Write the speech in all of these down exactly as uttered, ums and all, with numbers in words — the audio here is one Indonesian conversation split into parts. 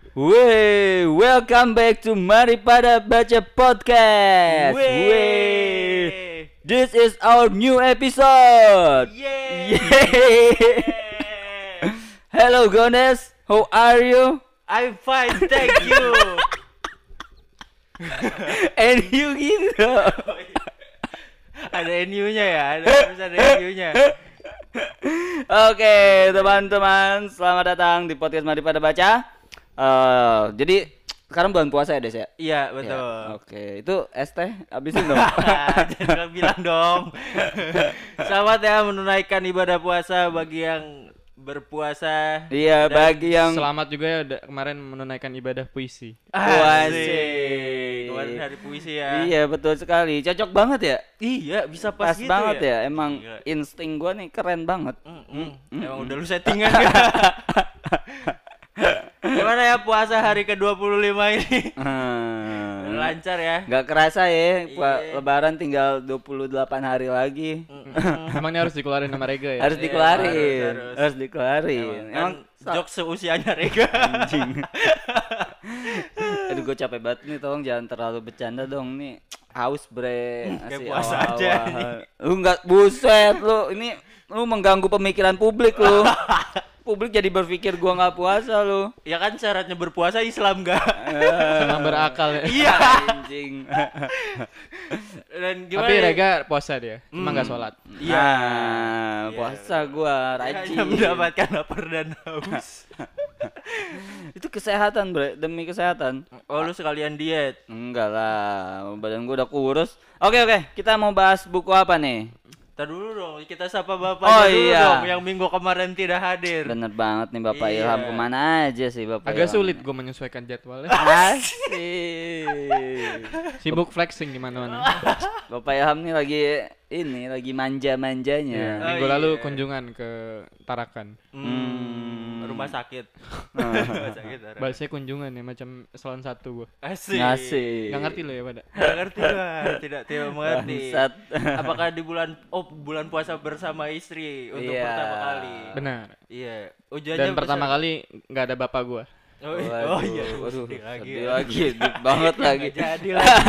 Wey, welcome back to Mari Pada Baca Podcast. Wey, this is our new episode. Yeay. Yeay. Hello Gones, how are you? I'm fine, thank you. And you gitu. Ada N U-nya ya, ada harus ada N U-nya. Oke, teman-teman, selamat datang di podcast Mari Pada Baca. Uh, jadi sekarang bulan puasa ya, Des ya? Iya, betul. Ya, oke, itu es teh habisin dong. Jangan bilang dong. Selamat ya menunaikan ibadah puasa bagi yang berpuasa. Iya, bagi yang Selamat juga ya udah kemarin menunaikan ibadah puisi. Asik. Kemarin hari puisi ya. Iya, betul sekali. Cocok banget ya? Iya, bisa pas, Pas gitu banget ya. ya. Emang Gila. insting gua nih keren banget. Mm, mm. Mm, Emang mm. udah lu settingan ya. Gimana ya puasa hari ke dua puluh lima ini? Hmm. Lancar ya? Gak kerasa ya, Pak. Iya. Lebaran tinggal dua puluh delapan hari lagi. Mm-mm. Emang ini harus dikeluarin sama Rega ya? Harus Iya, dikeluarin. harus, harus. Harus dikeluarin. Emang, Emang kan jokes seusianya Rega. anjing. Aduh, gue capek banget nih, tolong jangan terlalu bercanda dong nih. Haus bre, Kayak asik puasa awal-awal. aja nih. Lu enggak buset lu, ini lu mengganggu pemikiran publik lu. Publik jadi berpikir gua nggak puasa lu. Ya kan syaratnya berpuasa Islam gak? Sama berakal ya. Iya. Anjing. Dan gimana? Tapi ya? Rega puasa dia, cuma nggak Hmm. sholat. Iya. Nah, Iya. puasa gua Dia rajin. hanya mendapatkan lapar dan haus. Itu kesehatan, bre, demi kesehatan. Oh, lu sekalian diet. Enggak lah, badan gua udah kurus. Oke oke, kita mau bahas buku apa nih? Ntar dulu dong, kita sapa bapaknya Oh, dulu iya. dong yang minggu kemarin tidak hadir. Bener banget nih Bapak Iya. Ilham, kemana aja sih Bapak Agak Ilham? sulit gue menyesuaikan jadwalnya. Asik. Sibuk flexing di mana-mana. Bapak Ilham nih lagi ini lagi manja-manjanya. Ya, Oh, minggu iya. lalu kunjungan ke Tarakan. Hmm, rumah sakit. Ah. Rumah sakit. Ara. Bahasanya kunjungan ya, macam salon satu gue. Asik. Asik. Nggak ngerti lo ya pada. Nggak ngerti lah, tidak tidak mengerti. Bangsat. Apakah di bulan oh bulan puasa bersama istri untuk Iya. pertama kali? Benar. Iya. Ujiannya Dan pertama besar. kali nggak ada bapak gue. Oh, iya. Waduh, oh iya, waduh, sedih lagi. sedih ya. lagi, deep banget Nggak lagi. jadi lagi.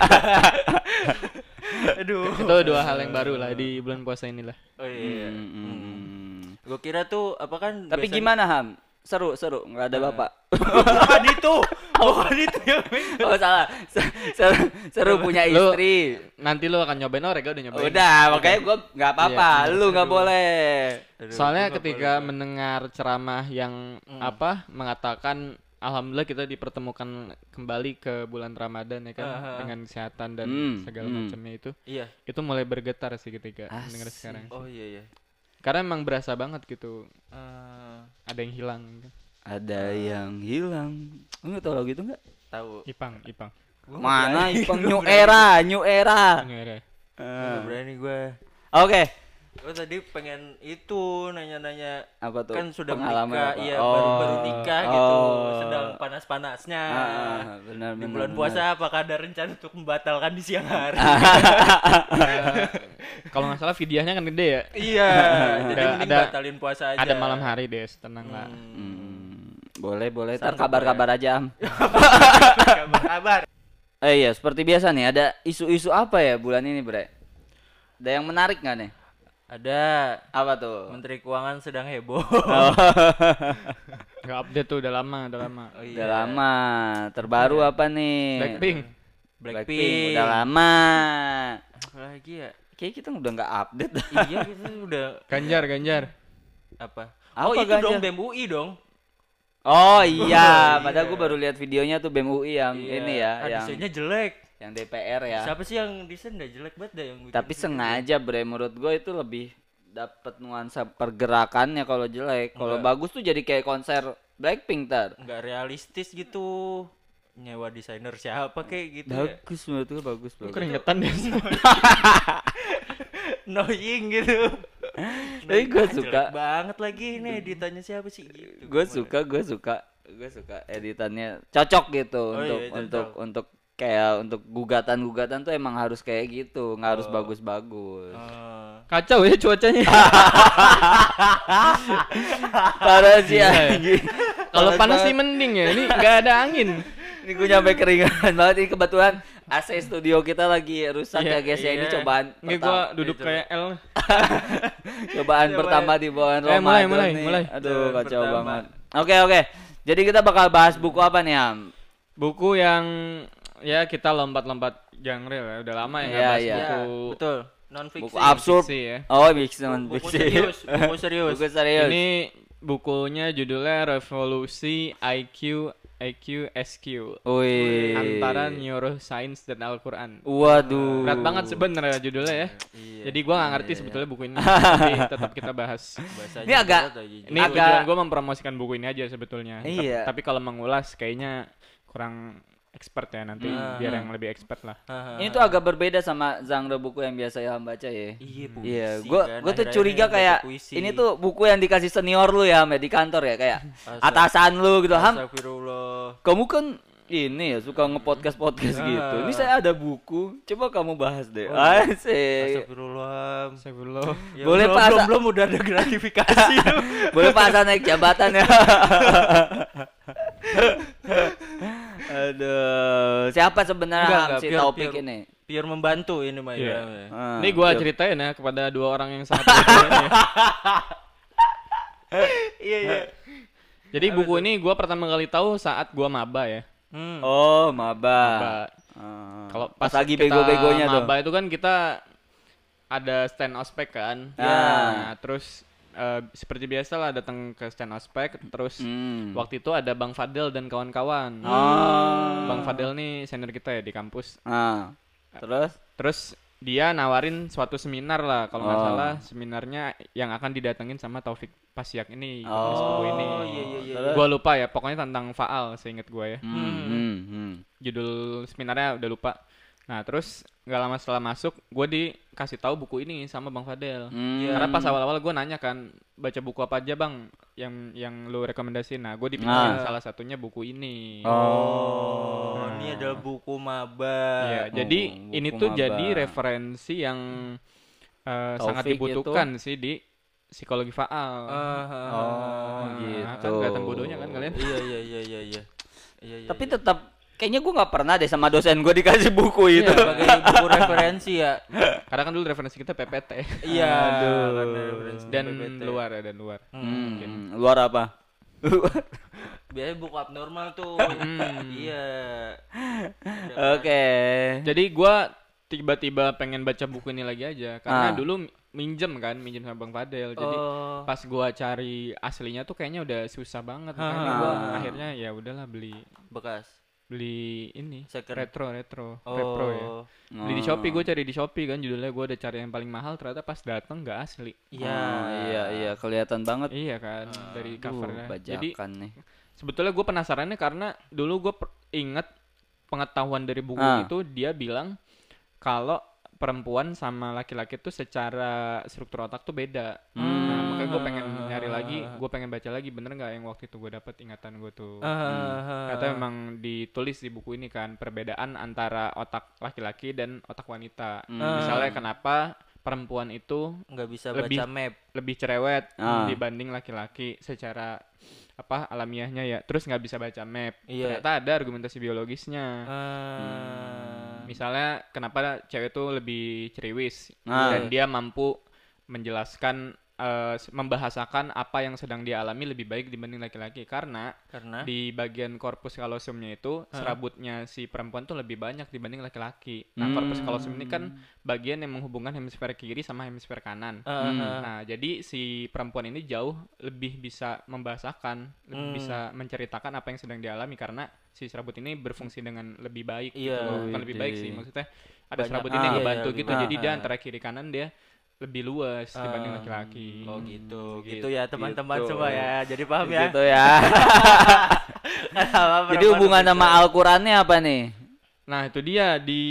Aduh. Itu dua hal yang baru lah di bulan puasa inilah. Oh iya. Hmm, hmm, hmm. Gue kira tuh apa kan? Tapi biasanya- gimana Ham? Seru, seru, nggak ada bapak. Bukan itu, bukan itu yang Oh salah, Se- seru, seru punya Lu- istri. Nanti lo akan nyobain, oh Rega udah nyobain. Udah, makanya gue nggak apa-apa, Iya, lu nggak seru. boleh. Aduh, Soalnya gua nggak ketika boleh. mendengar ceramah yang Hmm. apa mengatakan alhamdulillah kita dipertemukan kembali ke bulan Ramadan ya kan Aha. dengan kesehatan dan Hmm, segala hmm. macamnya itu Iya. itu mulai bergetar sih ketika Asik. mendengar sekarang. Oh iya iya. Karena emang berasa banget gitu Eh, ada yang hilang. Ada yang hilang. Lu nggak tahu lagu itu nggak? tahu. Ipang, Ipang. Gua nggak Mana berani, Ipang gua New nggak Era, New Era. Ini ada. berani. Nggak berani gue. Oke, Gue tadi pengen itu nanya-nanya apa tuh? kan sudah Pengalaman menikah, apa? iya Oh, baru-baru nikah gitu, oh. sedang panas-panasnya. Ah, benar, Di benar, bulan benar. puasa apakah ada rencana untuk membatalkan di siang hari? Eh, Kalau nggak salah videonya kan gede ya. Iya, jadi Ada- mending ada- batalin puasa aja. Ada malam hari Des, tenang lah. Hmm, boleh, boleh. Ntar Sanggup kabar-kabar aja, Am. Kabar-kabar. Eh iya, seperti biasa nih, ada isu-isu apa ya bulan ini, Bre? Ada yang menarik nggak nih? Ada Apa tuh? Menteri Keuangan sedang heboh. Oh, Nggak update tuh udah lama, udah lama. Oh, udah lama. Terbaru apa nih? Blackpink. Blackpink. Udah lama. Apa lagi ya? Kayaknya kita udah nggak update. Iya kita udah Ganjar, Ganjar. apa? Apa oh itu Ganjar? dong B E M U I dong. Oh iya, Oh, padahal iya. gue baru lihat videonya tuh B E M U I yang Iya. ini ya, Ah, yang desainnya jelek. yang D P R ya. Siapa sih yang desain udah jelek banget dah yang bikin Tapi gitu. sengaja bre, menurut gue itu lebih dapat nuansa pergerakannya kalau jelek. Kalau Enggak. bagus tuh jadi kayak konser Blackpink tar. Nggak realistis gitu. Nyewa desainer siapa kayak gitu ya. Bagus menurut gue bagus Lu bagus. keringetan deh. Annoying gitu. Tapi gue Ah, suka, jelek banget lagi nih editannya siapa sih gitu. gue suka, gue suka, gue suka editannya cocok gitu Oh untuk iya, cocok. untuk untuk kayak untuk gugatan-gugatan tuh emang harus kayak gitu, nggak harus Oh. bagus-bagus. Eh, Kacau ya cuacanya. Parah sih Gila ya. anjing. Kalau panas sih banget. mending ya. Ini nggak ada angin. Ini gue nyampe keringan banget. Ini kebetulan A C studio kita lagi rusak Iya, ya guys ya. Ini iya. cobaan Nggak, pertama. gua duduk Itu. kayak L. Cobaan Coba pertama ya. di bulan Eh, Ramadan mulai, mulai, nih. mulai. Aduh Cobaan kacau pertama. banget. Oke oke. Jadi kita bakal bahas buku apa nih Am? Buku yang ya kita lompat-lompat genre ya. Udah lama ya nggak Iya, bahas iya. buku. Ya, betul. Non fiksi. Buku absurd. fiksi ya. Oh fiksi non Buku fiksi. serius, buku serius. Buku serius. Ini bukunya judulnya Revolusi I Q I Q S Q Wih. antara neuroscience dan Al-Quran. Waduh. Berat banget sebenarnya judulnya ya. Iya. Jadi gua nggak ngerti sebetulnya buku ini, tapi tetap kita bahas. Bahasanya Ini agak- berat lagi. Ini Agak- tujuan gua mempromosikan buku ini aja sebetulnya. Tap- Iya. Tapi kalau mengulas kayaknya kurang expert ya nanti, Hmm. biar yang lebih expert lah. Hahaha. Ini tuh agak berbeda sama genre buku yang biasa Ilham baca ya. Iya, puisi Iya, gua kan. gua tuh Akhir-akhir curiga ini kayak baca puisi. ini tuh buku yang dikasih senior lu ya, Ham, ya, di kantor ya kayak Asa- atasan lu gitu. Ham, Astagfirullah. kamu kan ini ya suka nge-podcast-podcast Ah. gitu. Ini saya ada buku, coba kamu bahas deh. Oh, iya. Asik. Astagfirullah. Astagfirullah. Ya, Boleh, belum, Pak, belum, Asa- belum udah ada gratifikasi. Boleh Pak Hasan naik jabatan ya. Aduh, siapa sebenarnya Enggak, Ham, enggak, si pure- Taufik pure- ini? Biar membantu ini mah Iya. ya. Ah, Ini gua yuk. ceritain ya kepada dua orang yang sangat berbeda ini ya. Iya, iya. Jadi buku ini gua pertama kali tahu saat gua maba ya. Hmm. Oh, maba. Maba. Ah. Kalau pas, pas lagi kita bego-begonya tuh. maba itu kan kita ada stand ospek kan. Ah. Nah, terus eh, seperti biasa lah datang ke stand ospek, terus Hmm. waktu itu ada Bang Fadel dan kawan-kawan. Oh. Bang Fadel nih senior kita ya di kampus. Ah. Terus? Terus dia nawarin suatu seminar lah, kalau nggak Oh. salah seminarnya yang akan didatengin sama Taufik Pasyak ini, Oh. penulis buku ini. Oh, iya, iya, iya. Terus? Gua lupa ya, pokoknya tentang faal seingat gua ya. Hmm. hmm, hmm. Judul seminarnya udah lupa. Nah, terus nggak lama setelah masuk, gue dikasih tahu buku ini sama Bang Fadel. Hmm. Karena pas awal-awal gue nanya kan, baca buku apa aja bang yang yang lu rekomendasiin. Nah, gue Ah. dipilihin salah satunya buku ini. Oh. Oh, ini adalah buku maba. Iya, Oh, jadi buku ini tuh maba. jadi referensi yang eh, sangat Taufik dibutuhkan sih di psikologi faal. Ah, ah, ah, Oh, ah. Nah, gitu. kan kelihatan bodohnya kan kalian? Iya, iya, iya, iya, iya. Iya, iya. Tapi tetap kayaknya gue nggak pernah deh sama dosen gue dikasih buku itu. Iya. sebagai buku referensi ya. Karena kan dulu referensi kita P P T Iya. Aduh. karena referensi dan P P T. luar ya dan luar. Hmm. Luar apa? Biasanya buku abnormal tuh. Hmm. Iya. Oke. Jadi gua tiba-tiba pengen baca buku ini lagi aja karena Ah. dulu minjem kan, minjem sama Bang Fadel. Jadi Oh. pas gua cari aslinya tuh kayaknya udah susah banget. Makanya Ah. gua akhirnya ya udahlah beli Bekas. beli ini Second. retro retro Oh. repro ya. Beli di Shopee, Oh. gue cari di Shopee kan judulnya, gue udah cari yang paling mahal, ternyata pas dateng nggak asli. Iya. Oh, iya iya kelihatan banget. Iya kan dari Duh, covernya. Jadi bajakan nih. sebetulnya gue penasarannya karena dulu gue inget pengetahuan dari buku Ah. itu dia bilang kalau perempuan sama laki-laki tuh secara struktur otak tuh beda. Hmm. Nah, makanya gue pengen nyari lagi, gue pengen baca lagi bener nggak yang waktu itu gue dapet ingatan gue tuh. Ah. Ternyata memang ditulis di buku ini kan perbedaan antara otak laki-laki dan otak wanita. Hmm. Misalnya kenapa perempuan itu nggak bisa Lebih- baca map. lebih cerewet Ah. dibanding laki-laki secara apa alamiahnya ya. Terus nggak bisa baca map. Iya. Ternyata ada argumentasi biologisnya. Ah. Misalnya kenapa cewek itu lebih ceriwis Ah. dan dia mampu menjelaskan eh, membahasakan apa yang sedang dia alami lebih baik dibanding laki-laki karena Karena di bagian korpus kalosumnya itu Hah? serabutnya si perempuan tuh lebih banyak dibanding laki-laki. Nah, Hmm. korpus kalosum ini kan bagian yang menghubungkan hemisfer kiri sama hemisfer kanan. Ah, Hmm. ah. Nah, jadi si perempuan ini jauh lebih bisa membahasakan, lebih Hmm. bisa menceritakan apa yang sedang dialami karena si serabut ini berfungsi dengan lebih baik Iya. gitu loh. Bukan lebih baik Widih. sih, maksudnya ada Banyak- serabut ah, ini yang iya, ngebantu iya, gitu. lebih Jadi banyak. dia antara kiri kanan dia lebih luas dibanding Ah. laki-laki. Oh gitu, Gitu, gitu ya teman-teman gitu. semua ya. Jadi paham ya. Gitu ya. Kenapa Jadi perempuan hubungan lebih sama cerewet? Al-Qur'annya apa nih? Nah, itu dia di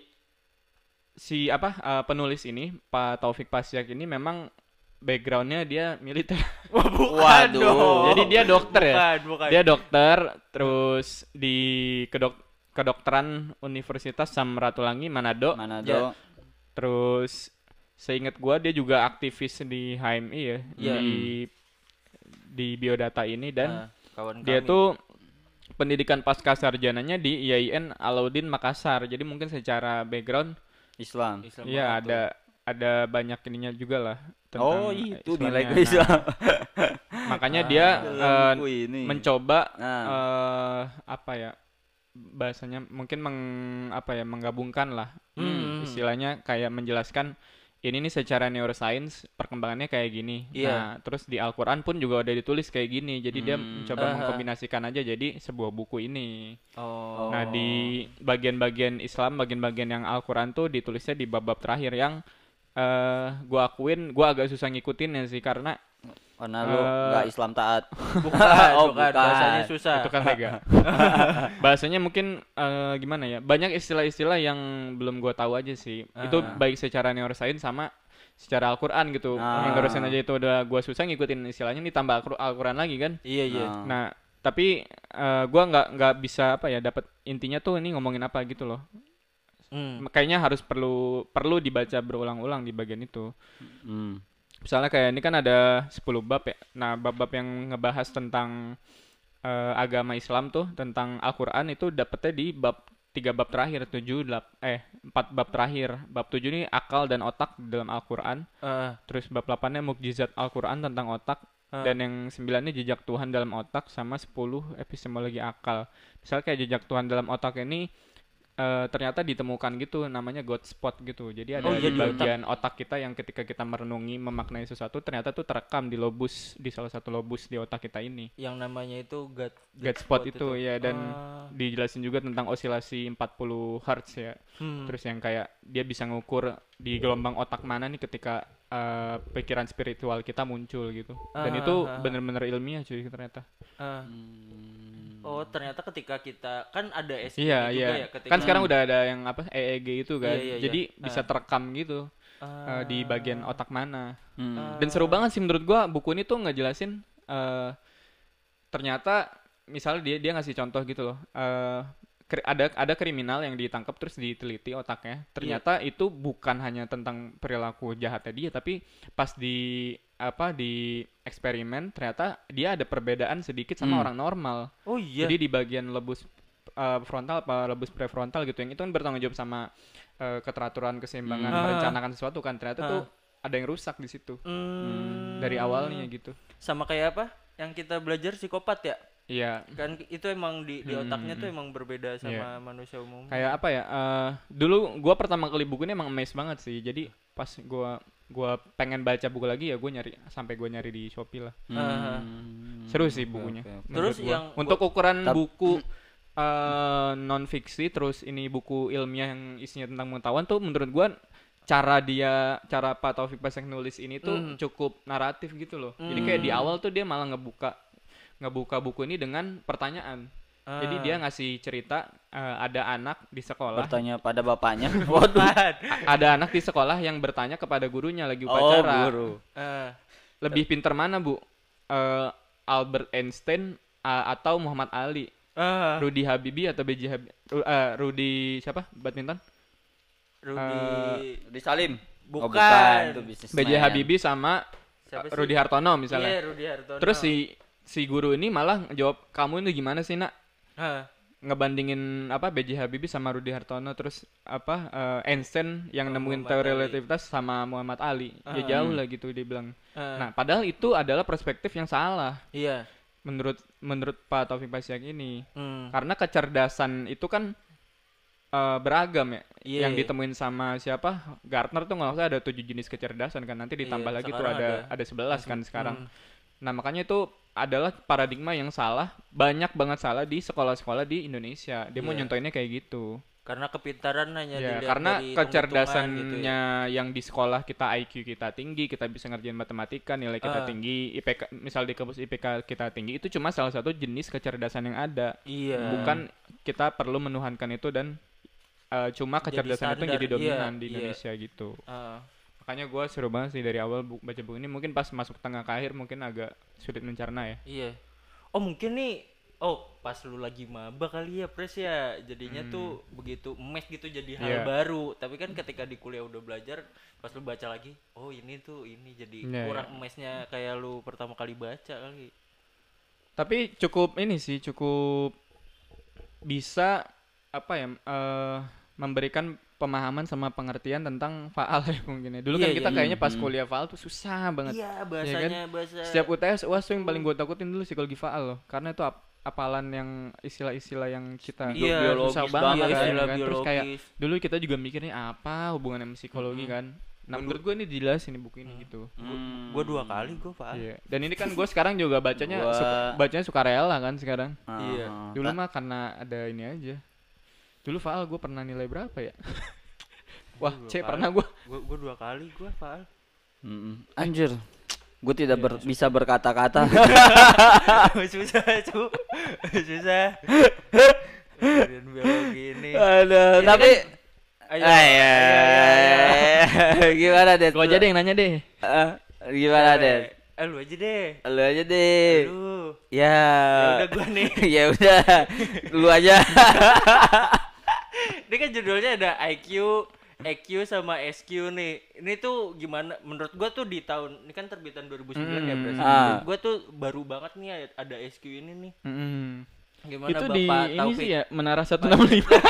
si apa eh, penulis ini Pak Taufik Pasyak ini memang backgroundnya dia militer. Bukan Waduh. dong. Jadi dia dokter ya. Bukan, bukan. Dia dokter, terus di kedok kedokteran Universitas Samratulangi Manado. Manado. Ya. Terus seingat gua dia juga aktivis di H M I ya, Iya. di di biodata ini dan Ah. kawan Dia kami. tuh pendidikan pasca sarjananya di I A I N Alauddin Makassar. Jadi mungkin secara background Islam. Islam iya banget tuh. ada ada banyak ininya juga lah Oh, tentang itu nilai Islamnya. ke Islam. Nah, makanya dia Dalam eh, buku ini. mencoba Nah. eh, apa ya bahasanya mungkin meng apa ya menggabungkan lah Hmm. istilahnya kayak menjelaskan ini nih secara neuroscience perkembangannya kayak gini. Iya. Nah, terus di Al-Qur'an pun juga udah ditulis kayak gini. Jadi dia Hmm. mencoba Aha. mengkombinasikan aja jadi sebuah buku ini. Oh. Nah, di bagian-bagian Islam, bagian-bagian yang Al-Qur'an tuh ditulisnya di bab-bab terakhir yang eh gua akuin gua agak susah ngikutinnya sih karena Karena lu Eh, nggak Islam taat. bukan, Oh, bukan, bukan. bahasanya susah. itu kan Mega. Bahasanya mungkin eh, gimana ya? Banyak istilah-istilah yang belum gua tahu aja sih. Itu Ah. baik secara neuroscience sama secara Al-Qur'an gitu. Ah. Yang neuroscience aja itu udah gua susah ngikutin istilahnya ditambah Al- Al-Qur'an lagi kan. Iya, iya. Nah. Nah, tapi eh, gua nggak nggak bisa apa ya dapat intinya tuh ini ngomongin apa gitu loh. Hmm. Kayaknya harus perlu perlu dibaca berulang-ulang di bagian itu. Hmm. Misalnya kayak ini kan ada sepuluh bab ya. Nah, bab-bab yang ngebahas tentang eh, agama Islam tuh, tentang Al-Qur'an itu dapetnya di bab tiga bab terakhir, tujuh, delapan, eh empat bab terakhir. Bab tujuh ini akal dan otak dalam Al-Qur'an. Ah, Terus bab delapan-nya mukjizat Al-Qur'an tentang otak. Ah. Dan yang sembilannya jejak Tuhan dalam otak sama sepuluh epistemologi akal. Misalnya kayak jejak Tuhan dalam otak ini eh, ternyata ditemukan gitu namanya God spot gitu. Jadi ada Oh, iya, di di otak. bagian otak. kita yang ketika kita merenungi memaknai sesuatu ternyata tuh terekam di lobus di salah satu lobus di otak kita ini. yang namanya itu God, God spot itu ya dan Ah. dijelasin juga tentang osilasi empat puluh hertz ya. Hmm. Terus yang kayak dia bisa ngukur di gelombang otak mana nih ketika eh, pikiran spiritual kita muncul gitu. Dan Ah, itu ah, ah. bener-bener ilmiah cuy ternyata. Ah. Hmm. Oh, ternyata ketika kita kan ada S G Iya, juga iya. ya ketika Kan sekarang udah ada yang apa E E G itu kan. Iya, iya, iya. Jadi Ah. bisa terekam gitu Ah. eh, di bagian otak mana. Hmm. Ah. Dan seru banget sih menurut gua buku ini tuh ngejelasin eh ternyata misalnya dia dia ngasih contoh gitu loh. Eh kri- ada ada kriminal yang ditangkap terus diteliti otaknya. Ternyata itu bukan hanya tentang perilaku jahatnya dia tapi pas di apa di eksperimen ternyata dia ada perbedaan sedikit sama Hmm. orang normal. Oh iya. Jadi di bagian lebus eh, frontal apa lebus prefrontal gitu yang itu kan bertanggung jawab sama eh, keteraturan keseimbangan Hmm. merencanakan sesuatu kan ternyata Ah. tuh ada yang rusak di situ Hmm. dari awalnya gitu. Sama kayak apa? Yang kita belajar psikopat ya? Iya, Kan itu emang di di Hmm, otaknya hmm, tuh hmm. emang berbeda sama Iya. manusia umum. kayak apa ya? eh, dulu gua pertama kali buku ini emang amazed banget sih. Jadi pas gua gua pengen baca buku lagi ya gua nyari sampai gua nyari di Shopee lah. Hmm. Seru sih Oke, bukunya. oke, oke. Terus menurut gua. yang untuk ukuran Tap- buku eh non fiksi terus ini buku ilmiah yang isinya tentang pengetahuan tuh menurut gua cara dia cara Pak Taufik Basek nulis ini tuh Hmm. cukup naratif gitu loh. Jadi kayak di awal tuh dia malah ngebuka ngebuka buku ini dengan pertanyaan. Jadi Ah. dia ngasih cerita eh, ada anak di sekolah, Bertanya pada bapaknya. Waduh. a- ada anak di sekolah yang bertanya kepada gurunya lagi Oh, upacara. guru. Ah. Lebih pintar mana, Bu? Eh, Albert Einstein a- atau Muhammad Ali? Ah. Rudy Habibi atau B J Habibie? Rudy siapa? Badminton? Rudy Di Salim. Oh, Bukan. itu bisnis. B J Habibie sama Siapa eh, sih? Rudy Hartono Iya, misalnya. Rudy Hartono. Terus si si guru ini malah jawab, "Kamu ini gimana sih, Nak?" Ah. Ngebandingin apa B J Habibie sama Rudy Hartono terus apa eh, Einstein yang Oh, nemuin Muhammad teori Ali. relativitas sama Muhammad Ali. Ya Ah. jauh lah gitu dia bilang. Ah. Nah, padahal itu adalah perspektif yang salah Iya. menurut menurut Pak Taufik Basyak ini. Hmm. Karena kecerdasan itu kan eh, beragam ya. Iya. Yang ditemuin sama siapa? Gardner tuh nggak salah ada tujuh jenis kecerdasan kan. Nanti ditambah Iya, lagi tuh sekarang ada ada- ada sebelas kan sekarang. Hmm. Nah, makanya itu adalah paradigma yang salah, banyak banget salah di sekolah-sekolah di Indonesia. Dia mau Iya. nyontoinnya kayak gitu. Karena kepintaran hanya Ya, dilihat karena dari kecerdasannya hitung-hitungan gitu ya. yang di sekolah kita I Q kita tinggi, kita bisa ngerjain matematika, nilai kita Ah. tinggi, I P K misal di kampus I P K kita tinggi, itu cuma salah satu jenis kecerdasan yang ada. Iya. Bukan kita perlu menuhankan itu dan eh, cuma Jadi kecerdasan itu yang jadi standar, dominan iya, di iya. Indonesia gitu. Ah. Makanya gue seru banget sih dari awal bu- baca buku ini. Mungkin pas masuk tengah ke akhir mungkin agak sulit mencerna ya. Iya. Oh mungkin nih, oh pas lu lagi maba kali ya Pres ya, jadinya tuh begitu mes gitu jadi hal Hmm. Iya. baru. Tapi kan ketika di kuliah udah belajar, pas lu baca lagi, oh ini tuh ini jadi Iya, kurang mesnya kayak lu pertama kali baca kali. Tapi cukup ini sih, cukup bisa apa ya eh, memberikan pemahaman sama pengertian tentang faal ya mungkin ya. Dulu Iya, kan iya, kita iya. kayaknya pas Hmm. kuliah faal tuh susah banget. Iya, bahasanya bahasa Setiap U T S U A S tuh yang paling gue takutin dulu psikologi faal loh, karena itu ap- apalan yang istilah-istilah yang kita Bio- Iya, biologis susah banget banget kan. kan, istilah kan. Terus kayak biologis. dulu kita juga mikirnya apa hubungannya sama psikologi Mm-mm. kan. Nah Gua menurut gue ini dijelasin di buku ini Hmm. gitu. Hmm. Gua dua kali gua Pak. Iya. Dan ini kan gue sekarang juga bacanya Gua- suka, bacanya sukarela kan sekarang. Ah, Iya. ah. Dulu mah karena ada ini aja. Dulu faal gue pernah nilai berapa ya? Wah, Dua C kali. pernah gue. Gua gua dua kali gua Pak. Mm-mm. Anjir, gue tidak Iya, ber- bisa berkata-kata. Susah, cu. Susah. Dan biologi ini. Aduh, Ini tapi kan- Ayo, Ah, iya, ayo, iya, ayo, iya, ayo. iya. Gimana deh? Gue aja deh yang nanya deh. Gimana deh? Eh, lu aja deh. Lu aja deh. Lu. Ya. Ya udah gua nih. Ya udah. Lu aja. Ini kan judulnya ada I Q, E Q sama S Q nih. Ini tuh gimana menurut gua tuh di tahun ini kan terbitan dua ribu sembilan ya, Hmm. berarti. Ah. Menurut gua tuh baru banget nih ada S Q ini nih. Mm-mm. Gimana Itu Bapak di ini Taufik? sih ya Menara seratus enam puluh lima.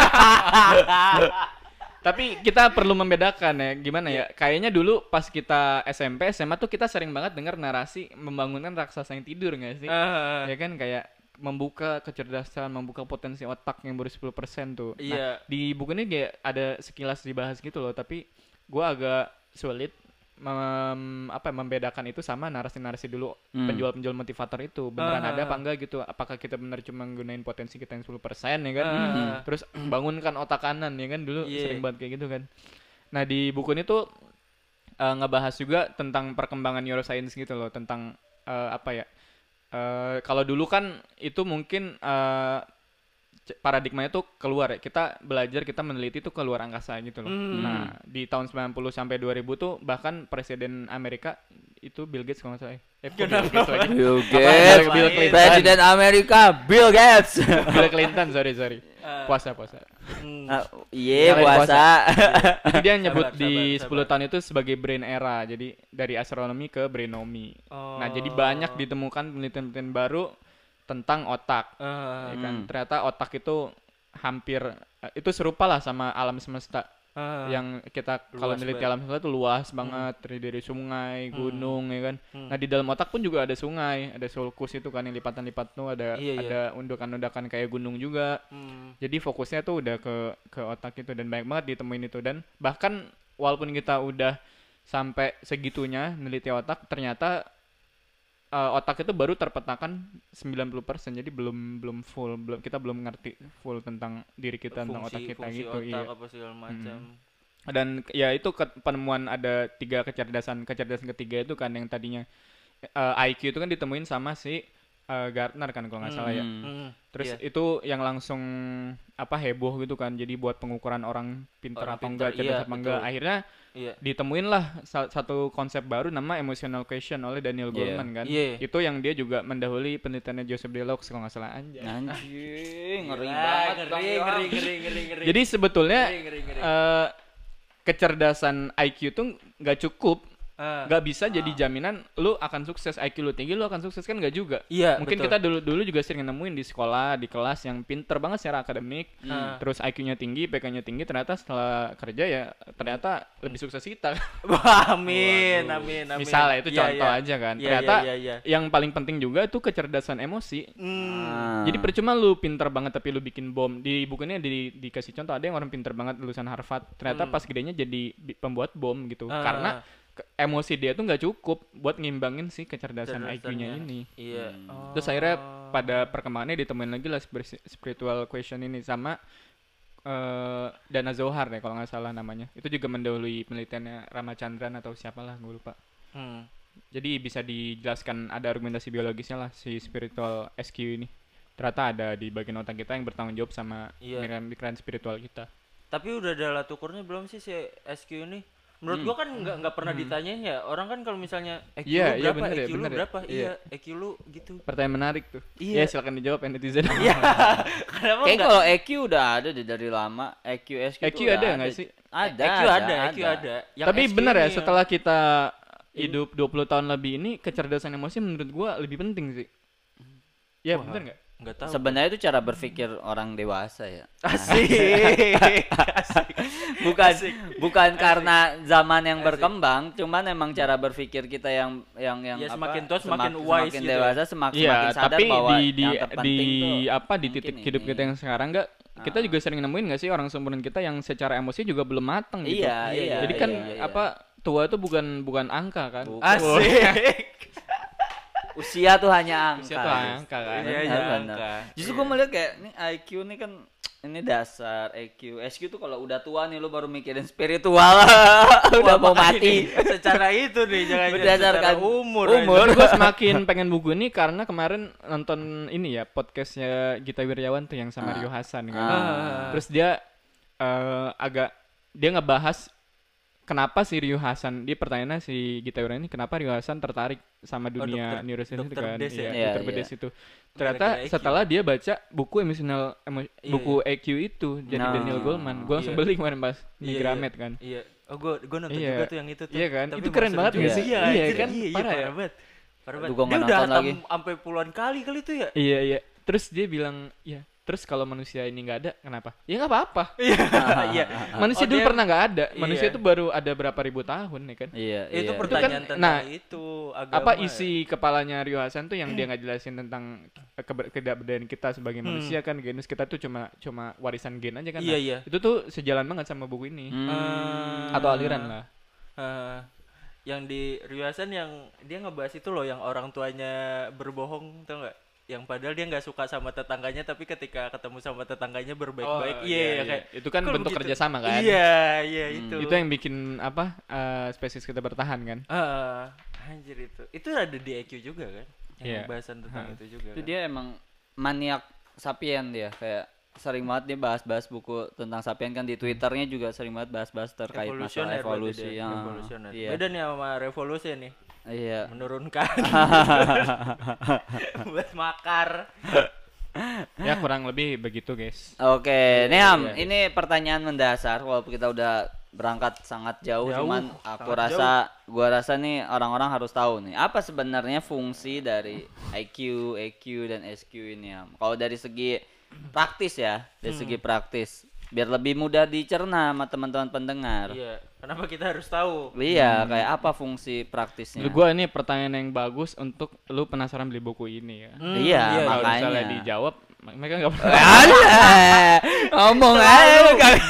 Tapi kita perlu membedakan ya, gimana ya? Kayaknya dulu pas kita S M P, S M A tuh kita sering banget dengar narasi membangunkan raksasa yang tidur nggak sih? Ah, Ya kan kayak membuka kecerdasan, membuka potensi otak yang baru sepuluh persen tuh. Nah, Iya. di buku ini kayak ada sekilas dibahas gitu loh, tapi gua agak sulit mem, apa ya, membedakan itu sama narasi-narasi dulu Hmm. penjual-penjual motivator itu. Beneran Ah. ada apa enggak gitu? Apakah kita benar cuma gunain potensi kita yang sepuluh persen ya kan? Ah. Terus bangunkan otak kanan ya kan, dulu Iya. sering banget kayak gitu kan. Nah, di buku ini tuh eh, ngebahas juga tentang perkembangan neuroscience gitu loh, tentang eh, apa ya? eh, kalau dulu kan itu mungkin eh, c- paradigmanya tuh keluar ya. Kita belajar, kita meneliti tuh keluar angkasa gitu loh. Hmm. Nah, di tahun sembilan puluh sampai dua ribu tuh bahkan presiden Amerika itu Bill Gates kalau nggak salah. Eh, kok Bill Gates lagi? Bill Apa, Gates, Bill Clinton. Presiden Amerika, Bill Gates. Bill Clinton, sorry sorry. Ah. Puasa puasa. Hmm. Ah, Iya, Nyalain puasa. Jadi dia nyebut Sabar, di sabar, sepuluh sabar. tahun itu sebagai brain era. Jadi dari astronomi ke brainomi. Nah, jadi banyak ditemukan penelitian-penelitian baru tentang otak. Ah, Ya kan? Hmm. Ternyata otak itu hampir eh, itu serupa lah sama alam semesta. ah. Yang kita kalau Luas meneliti banget. alam semesta itu luas banget, terdiri dari sungai, gunung ya kan. Hmm. Nah, di dalam otak pun juga ada sungai, ada sulcus itu kan yang lipatan-lipat tuh, ada Iya, iya. ada undakan-undakan kayak gunung juga. Hmm. Jadi fokusnya tuh udah ke ke otak itu, dan banyak banget ditemuin itu. Dan bahkan walaupun kita udah sampai segitunya neliti otak, ternyata eh, otak itu baru terpetakan sembilan puluh persen. Jadi belum belum full, belum kita belum ngerti full tentang diri kita, tentang otak kita fungsi gitu. otak Iya. apa segala macam. Dan k- ya itu ke- penemuan ada tiga kecerdasan. Kecerdasan ketiga itu kan yang tadinya eh, I Q itu kan ditemuin sama si eh, Gartner kan kalau nggak salah ya. Hmm. Hmm. Terus Iya. itu yang langsung apa heboh gitu kan. Jadi buat pengukuran orang pintar Orang atau pintar, enggak, cerdas iya, apa enggak. betul. Akhirnya Iya. ditemuin lah sa- satu konsep baru nama emotional question oleh Daniel Iya. Goleman kan. Iya. Itu yang dia juga mendahului penelitiannya Joseph Delux kalau nggak salah anjay. Anjing, ngeri Gila, banget. ngeri, Bang ngeri, Yoham. ngeri, ngeri, ngeri. Jadi sebetulnya Ngeri, ngeri, ngeri. eh, kecerdasan I Q tuh nggak cukup, Ah. nggak bisa jadi jaminan lu akan sukses. I Q lu tinggi lu akan sukses kan nggak juga. Iya, Mungkin betul. kita dulu dulu juga sering nemuin di sekolah, di kelas yang pinter banget secara akademik, Hmm. terus I Q-nya tinggi, P K-nya tinggi, ternyata setelah kerja ya ternyata lebih sukses kita. Wah, amin, amin, amin. Misalnya itu Iya, contoh iya. aja kan. Iya, Ternyata iya, iya, iya. yang paling penting juga tuh kecerdasan emosi. Hmm. Ah. Jadi percuma lu pinter banget tapi lu bikin bom. Di bukunya di, dikasih contoh ada yang orang pinter banget lulusan Harvard, ternyata Hmm. pas gedenya jadi bi- pembuat bom gitu. Ah. Karena ke- emosi dia tuh nggak cukup buat ngimbangin si kecerdasan I Q-nya Kecerdasannya. ini. Iya. Hmm. Oh. Terus akhirnya pada perkembangannya ditemuin lagi lah spir- spiritual question ini sama eh Dana Zohar ya kalau nggak salah namanya. Itu juga mendahului penelitiannya Ramachandran atau siapalah gue lupa. Hmm. Jadi bisa dijelaskan ada argumentasi biologisnya lah si spiritual S Q ini. Ternyata ada di bagian otak kita yang bertanggung jawab sama Iya. pikiran-pikiran spiritual kita. Tapi udah ada alat ukurnya belum sih si S Q ini? Menurut Hmm. gua kan nggak nggak pernah ditanyain ya. Orang kan kalau misalnya E Q Iya, lu iya, berapa, bener ya, E Q lu bener ya. berapa? Iya. Iya, E Q lu gitu. Pertanyaan menarik tuh. Iya. Ya silakan dijawab ya netizen. Iya. Kenapa Kayak enggak? kalau E Q udah ada deh dari lama. E Q, S Q E Q tuh udah ada nggak sih? Ada. E Q ada, E Q ada. Yang Tapi S Q benar ya, ini setelah kita hidup dua puluh tahun lebih ini kecerdasan emosi menurut gua lebih penting sih. Ya Wah, bener nggak? Nggak tahu. Sebenarnya itu cara berpikir orang dewasa ya. Asik. Asik. bukan Asik. bukan karena zaman yang Asik. berkembang, cuman emang cara berpikir kita yang yang yang Ya, apa, semakin tua semakin semak- wise semakin gitu ya. dewasa semakin Iya, semakin sadar tapi bahwa di di yang di terpenting tuh apa di mungkin titik hidup ini. kita yang sekarang nggak, kita Ah. juga sering nemuin nggak sih orang seumuran kita yang secara emosi juga belum matang gitu. Iya, Iya, iya. Jadi kan iya, iya. apa tua itu bukan bukan angka kan? Bukan. Asik. Usia tuh hanya angka. Usia tuh angka kan. Iya, Benar, iya, benar. angka. Justru Iya. gue melihat kayak ini I Q nih kan ini dasar I Q. S Q tuh kalau udah tua nih lu baru mikirin spiritual. Udah mau Wah, mati. ini secara itu nih jangan Berdasarkan umur. umur. Tapi gue semakin pengen buku ini karena kemarin nonton ini ya podcastnya Gita Wirjawan tuh yang sama Ah. Rio Hasan kan. Ah. Terus dia eh, agak dia ngebahas kenapa si Rio Hasan, dia pertanyaannya si Gita Wirjawan ini kenapa Rio Hasan tertarik sama dunia dokter- neuroscience itu dokter kan. Des ya? Iya, Iya, dokter iya. Bedes itu. Ternyata Gara-gara I Q. setelah dia baca buku emosional emo- Iya, buku E Q itu jadi Nah. Daniel Goleman. Gue langsung Iya. beli kemarin pas di Iya, Gramet iya. kan. Iya. Oh, gua gua nonton Iya. juga tuh yang itu tuh. Iya kan? Tapi Itu emang keren seru banget juga nggak sih? sih? Iya, Iya anjir, kan? Iya, iya, Parah ya? parah banget. Parah Aduh, banget. gua Dia nggak udah nonton hatam lagi. sampai puluhan kali kali tuh ya. Iya iya. Terus dia bilang, ya terus kalau manusia ini nggak ada, kenapa? Ya nggak apa-apa. Iya. Iya. Manusia Oh, dulu dia- pernah nggak ada. Manusia Iya. itu baru ada berapa ribu tahun ya kan? Iya, Itu iya. pertanyaan kan- tentang nah, itu agama. Apa ya. isi kepalanya Rio Hasan tuh yang dia nggak jelasin tentang keber- kedaberdayaan kita sebagai Hmm. manusia kan, genus kita tuh cuma cuma warisan gen aja kan. Iya, Nah, iya. Itu tuh sejalan banget sama buku ini. Hmm. Eh, Atau aliran lah. eh, yang di Rio Hasan yang dia ngebahas itu loh yang orang tuanya berbohong, tau nggak? Yang padahal dia nggak suka sama tetangganya tapi ketika ketemu sama tetangganya berbaik-baik. iya, iya, kayak Itu kan kok bentuk begitu? kerjasama kan. Iya, iya Hmm. itu. Itu yang bikin apa eh, spesies kita bertahan kan. Ah, anjir itu. Itu ada di E Q juga kan? Yang Iya. pembahasan tentang Hah. itu juga. Itu kan? dia emang maniak sapien dia, kayak sering banget dia bahas-bahas buku tentang sapien kan di Twitternya juga sering banget bahas-bahas terkait masalah Evolusioner berarti evolusi. dia, Ya. evolusioner. Iya. Beda nih sama revolusi nih. Iya. Menurunkan buat makar. Ya kurang lebih begitu guys. Oke, Neam, iya. ini pertanyaan mendasar walaupun kita udah berangkat sangat jauh, Jauh, cuman aku sangat rasa gua rasa nih orang-orang harus tahu nih apa sebenarnya fungsi dari I Q, E Q dan S Q ini, Am. Kalau dari segi praktis ya, dari Hmm. segi praktis biar lebih mudah dicerna sama teman-teman pendengar. Iya. Kenapa kita harus tahu? Iya, kayak apa fungsi praktisnya? Menurut gua ini pertanyaan yang bagus untuk lu penasaran beli buku ini ya. Hmm, Iya, Kalau makanya. misalnya dijawab, mereka nggak pernah. Alah, ngomong aja lu kagak.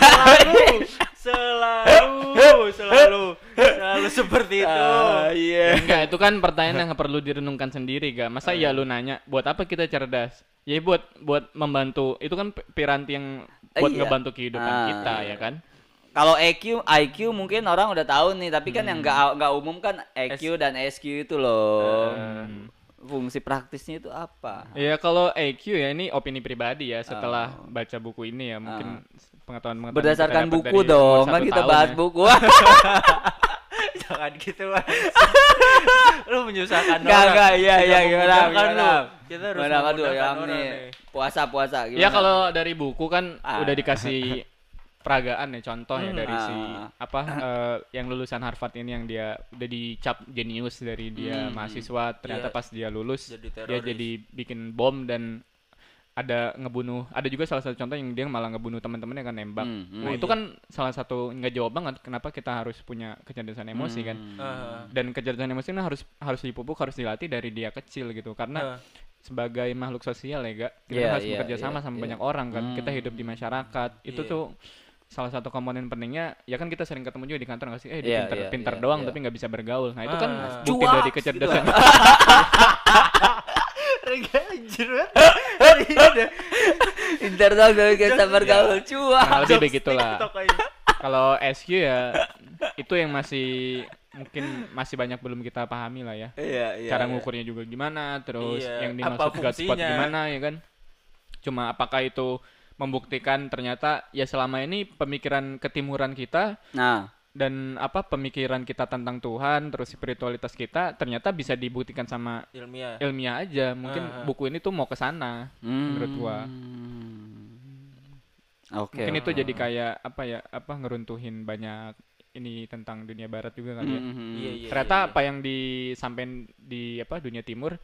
Selalu, selalu, selalu, selalu seperti itu. Ah, iya. Enggak, itu kan pertanyaan yang perlu direnungkan sendiri, ga. Masa ya lu nanya, buat apa kita cerdas? Ya buat buat membantu. Itu kan pi- piranti yang buat Iya. ngebantu kehidupan Ah, kita iya. ya kan? Kalau E Q, I Q mungkin orang udah tahu nih, tapi kan yang Hmm. nggak nggak umum kan E Q dan S Q itu loh. Hmm. Fungsi praktisnya itu apa? Ya kalau E Q ya ini opini pribadi ya setelah Oh. baca buku ini ya mungkin pengetahuan-pengetahuan Berdasarkan kita dapat buku dari umur dong, satu kan kita tahun bahas ya. buku. Jangan gitu, Mas. Lu menyusahkan Enggak orang. enggak, iya Tidak iya gimana memudahkan gimana. lu. Kita harus Gimana, aduh, memudahkan yang orang nih nih. puasa puasa gimana? Ya kalau dari buku kan Ah. udah dikasih peragaan ya contoh ya Hmm. dari si Ah. apa eh, yang lulusan Harvard ini yang dia udah dicap jenius dari dia Hmm. mahasiswa, ternyata Iya. pas dia lulus Jadi dia teroris. jadi bikin bom dan ada ngebunuh, ada juga salah satu contoh yang dia malah ngebunuh teman-temannya kan nembak. Hmm, hmm. Nah Oh, itu iya. kan salah satu nggak jawab banget kenapa kita harus punya kecerdasan emosi kan. Hmm. Ah, Dan kecerdasan emosi ini harus harus dipupuk, harus dilatih dari dia kecil gitu karena ah. sebagai makhluk sosial ya gak kita Iya, harus iya, bekerja sama iya, sama iya. banyak orang kan, kita Hmm. hidup di masyarakat itu Iya. tuh salah satu komponen pentingnya. Ya kan kita sering ketemu juga di kantor nggak sih, eh dia Iya, pinter iya, pinter iya, doang iya. tapi nggak bisa bergaul. Nah itu kan Ah. bukti Cuaks, dari kecerdasan. Rega anjir banget. Hari ini udah Inter dong tapi kita bergaul cuak. Nah, lebih joystick begitulah. TikTok aja. Kalau S Q ya itu yang masih mungkin masih banyak belum kita pahami lah ya. Iya iya. Cara iya. ngukurnya juga gimana, terus Iya, yang apa dimaksud God spot fungsinya? gimana ya kan. Cuma apakah itu membuktikan ternyata ya selama ini pemikiran ketimuran kita Nah, dan apa pemikiran kita tentang Tuhan terus spiritualitas kita ternyata bisa dibuktikan sama Ilmiah. ilmiah aja. Mungkin Ah. buku ini tuh mau ke sana menurut gua. Oke. Mungkin itu jadi kayak apa ya, apa ngeruntuhin banyak ini tentang dunia barat juga kali ya. Mhm. Iya, iya. Ternyata iya, apa yang disampaikan di apa dunia timur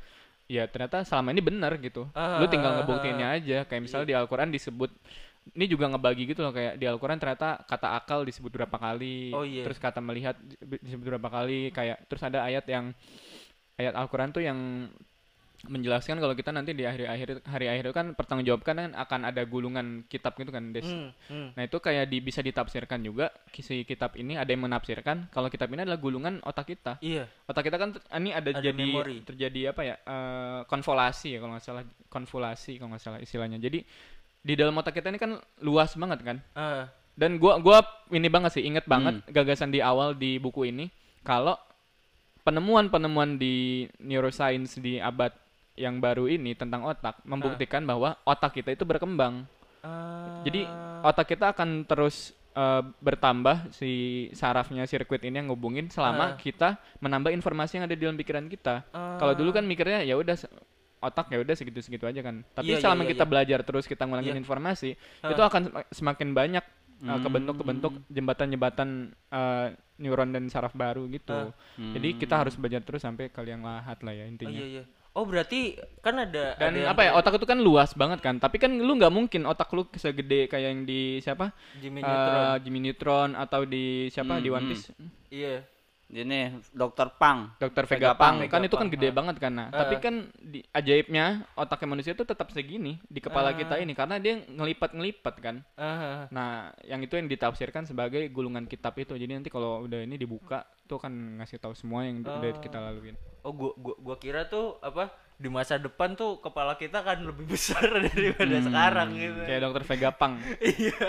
ya ternyata selama ini benar gitu. Ah, Lu tinggal ah, ngebuktiinnya ah. aja. Kayak misalnya di Al-Quran disebut, ini juga ngebagi gitu loh, kayak di Al-Quran ternyata kata akal disebut berapa kali, Oh, iya. terus kata melihat disebut berapa kali, kayak terus ada ayat yang ayat Al-Quran tuh yang menjelaskan kalau kita nanti di akhir-akhir hari akhir itu kan pertanggungjawabkan kan akan ada gulungan kitab gitu kan, Des. Hmm, hmm. Nah itu kayak di, bisa ditafsirkan juga si kitab ini, ada yang menafsirkan kalau kitab ini adalah gulungan otak kita. Iya. Otak kita kan ter- ini ada, Ada jadi memori. terjadi apa ya, eh, konvolasi ya kalau nggak salah, konvolasi kalau nggak salah istilahnya. Jadi di dalam otak kita ini kan luas banget kan. Ah, Dan gua gua ini banget sih, inget banget Hmm. gagasan di awal di buku ini kalau penemuan-penemuan di neuroscience di abad yang baru ini tentang otak membuktikan bahwa otak kita itu berkembang. ah. Jadi otak kita akan terus eh, bertambah si sarafnya, sirkuit ini yang ngubungin selama Ah. kita menambah informasi yang ada di dalam pikiran kita. Ah. Kalau dulu kan mikirnya ya udah se- otak ya udah segitu-segitu aja kan. Tapi Iya, iya, selama iya, kita iya. belajar terus, kita ngulangin Iya. informasi, Ah. itu akan sem- semakin banyak uh, Hmm. kebentuk-kebentuk jembatan-jembatan uh, neuron dan saraf baru gitu. Ah. Jadi kita harus belajar terus sampai ke liang lahat lah ya Oh intinya. iya iya. Oh berarti kan ada Dan ada yang apa ya, kayak otak itu kan luas banget kan. Tapi kan lu nggak mungkin otak lu segede kayak yang di siapa? Jimmy Eh, Neutron. Jimmy Neutron atau di siapa Hmm, di One hmm. Piece, Iya. Ini dokter Pang. dokter Vega Vegapunk Pang, kan itu kan Vegapunk, gede ah. banget kan. Nah, Ah. tapi kan di, ajaibnya otaknya manusia itu tetap segini di kepala Ah. kita ini karena dia ngelipat-ngelipat kan. Ah, Nah, yang itu yang ditafsirkan sebagai gulungan kitab itu. Jadi nanti kalau udah ini dibuka tuh akan ngasih tahu semua yang udah Ah. kita laluin. oh gua, gua gua kira tuh apa di masa depan tuh kepala kita kan lebih besar daripada Hmm. sekarang gitu. Kayak dokter Vegapunk. Iya.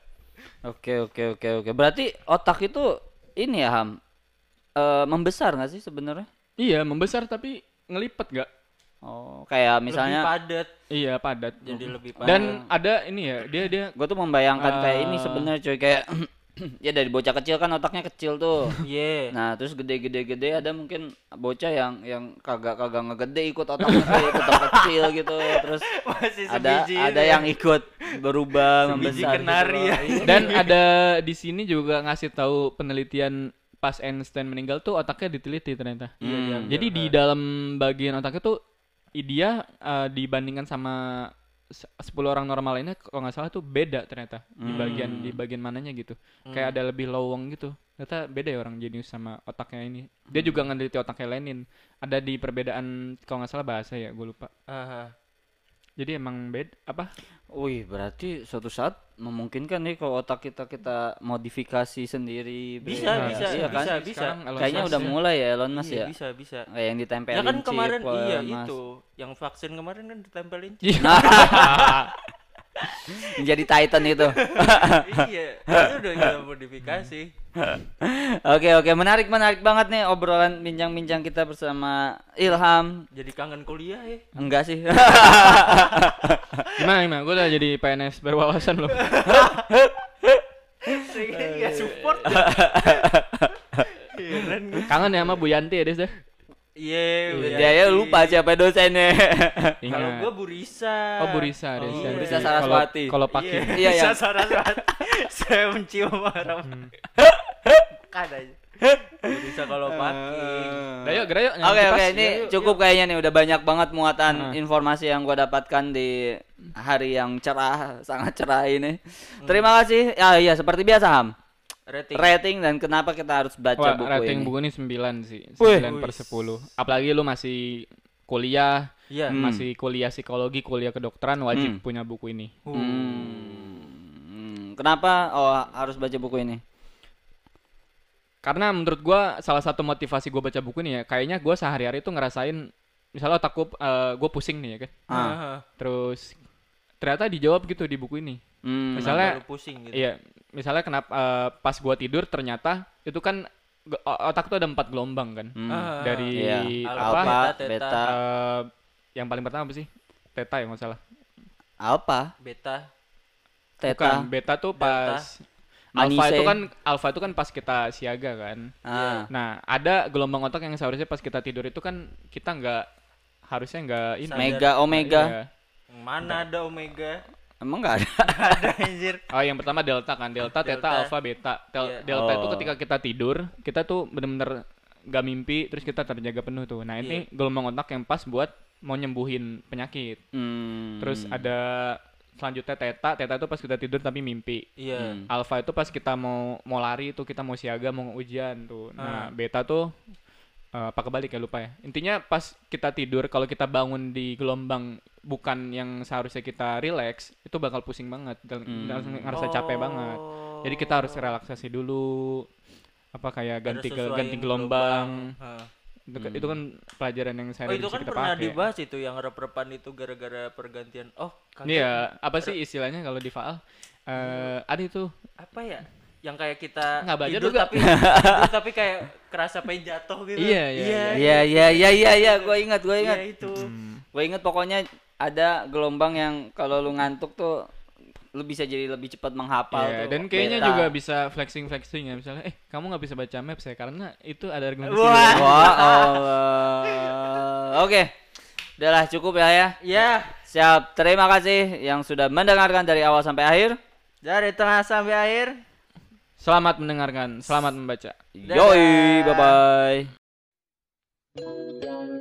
Oke oke oke oke. Berarti otak itu ini ya Ham. Eh, membesar nggak sih sebenarnya? Iya, membesar tapi ngelipet gak? Oh, kayak misalnya lebih padat Iya, padat. jadi lebih padat. Dan ada ini ya, dia dia gue tuh membayangkan kayak ini Eh. sebenarnya cuy, kayak ya dari bocah kecil kan otaknya kecil tuh. iya. Nah, terus gede-gede-gede ada mungkin bocah yang yang kagak-kagak ngegede ikut otaknya kayak ikut otak kecil gitu. Terus Masih ada sebiji ada itu yang ya. ikut berubah Sebiji membesar kenari gitu ya. loh. Iya. Dan ada di sini juga ngasih tahu penelitian pas Einstein meninggal tuh otaknya diteliti ternyata. Iya, Hmm. diambil. Jadi di dalam bagian otaknya tuh i- dia eh, dibandingkan sama se- sepuluh orang normal lainnya kalau nggak salah tuh beda ternyata di Hmm. bagian di bagian mananya gitu. Kayak ada lebih lowong gitu. Ternyata beda ya orang jenius sama otaknya ini. Dia juga ngeliti otaknya Lenin. Ada di perbedaan kalau nggak salah bahasa ya, gue lupa. Ah, ah. Jadi emang beda apa? Wih, berarti suatu saat memungkinkan nih kalau otak kita kita modifikasi sendiri. Bre. Bisa, Nah, bisa, iya kan? bisa, bisa. Sekarang Elon Kayaknya Musk udah ya. mulai ya Elon Musk Iya, ya. bisa, bisa. Kayak yang ditempelin Ya kan chip, kemarin Elon iya Musk. itu, yang vaksin kemarin kan ditempelin. Jadi Titan itu. Iya, itu udah kita modifikasi. Oke oke, menarik menarik banget nih obrolan bincang-bincang kita bersama Ilham. Jadi kangen kuliah ya. Enggak sih. Gimana gimana? Gue udah jadi P N S berwawasan loh. Saya nggak support. Heran gue. Kangen ya sama Bu Yanti ya, Des deh. Iya, Dia ya lupa siapa dosennya. Kalau gua Bu Risa. Oh, Bu Risa, Des. Iya. ya. Bu Risa Kalau- Saraswati. Kalau Paki. Iya, Iya, Risa yang- Saraswati. Saya mencium aroma. Kan aja. Bu Risa kalau paki. Udah yuk, gerak yuk. Oke nyampe oke, pas. ini Yuk, yuk, cukup kayaknya nih udah banyak banget muatan Hmm. informasi yang gua dapatkan di hari yang cerah, sangat cerah ini. Terima kasih. Ya iya, seperti biasa Ham. Rating. Rating dan kenapa kita harus baca Wah, buku rating ini. buku ini sembilan sih. Wih. sembilan per sepuluh. Apalagi lu masih kuliah, Iya. Hmm. masih kuliah psikologi, kuliah kedokteran, wajib Hmm. punya buku ini. Hmm. Kenapa oh harus baca buku ini? Karena menurut gua salah satu motivasi gua baca buku ini ya, kayaknya gua sehari-hari tuh ngerasain misalnya otak gua eh, gua pusing nih ya kan. Ah. Ah. Terus ternyata dijawab gitu di buku ini. Hmm. Misalnya- Kenapa lu pusing gitu. Iya, misalnya kenapa eh, pas gua tidur ternyata itu kan g- o- otak tuh ada empat gelombang kan. Hmm. Ah. Dari Iya. apa? Alpha, Beta, beta, theta. eh, yang paling pertama apa sih? Theta ya nggak salah. alpha, Beta. Bukan, theta, beta tuh Delta. pas alfa Manise. itu kan alfa itu kan pas kita siaga kan. Ah. Nah, ada gelombang otak yang seharusnya pas kita tidur itu kan kita nggak harusnya nggak ini. Sadar. Mega, omega. Iya. Mana ada omega? Emang enggak ada. Ada anjir. Oh, yang pertama delta kan, delta, theta, Delta. alfa, beta. Del- Iya. Delta itu Oh. ketika kita tidur, kita tuh bener-bener nggak mimpi, terus kita terjaga penuh tuh. Nah, ini gelombang otak yang pas buat mau nyembuhin penyakit. Hmm. Terus ada selanjutnya theta, theta itu pas kita tidur tapi mimpi. Iya. Hmm. Alpha itu pas kita mau mau lari tuh kita mau siaga mau ujian tuh. Nah, beta tuh uh, apa kebalik ya lupa ya. Intinya pas kita tidur kalau kita bangun di gelombang bukan yang seharusnya kita relax, itu bakal pusing banget dan Hmm. langsung ngerasa capek banget. Jadi kita harus relaksasi dulu. Apa kayak ganti ke, ganti gelombang. gelombang. Itu, Hmm. itu kan pelajaran yang saya Oh itu bisa kan kita pernah pakai. dibahas itu yang rep-repan itu gara-gara pergantian. Oh kaget. Iya, apa sih istilahnya kalau di Faal? Eh, ada itu Apa ya? Yang kayak kita Nggak belajar tidur juga. tapi tidur tapi kayak kerasa pengen jatuh gitu. Iya, iya, iya. Iya iya iya iya iya, gue ingat gue Iya ingat. itu. Hmm. Gue ingat pokoknya ada gelombang yang kalau lu ngantuk tuh lu bisa jadi lebih cepat menghafal Iya, tuh. dan kayaknya beta. juga bisa flexing-flexing ya misalnya, eh kamu nggak bisa baca maps ya karena itu ada argumentasi. Wah. Wah, Allah. Oke. Udahlah cukup ya ya. Ya, Siap. Terima kasih yang sudah mendengarkan dari awal sampai akhir. dari tengah sampai akhir. Selamat mendengarkan, selamat membaca. Dadah. Yoi, bye bye.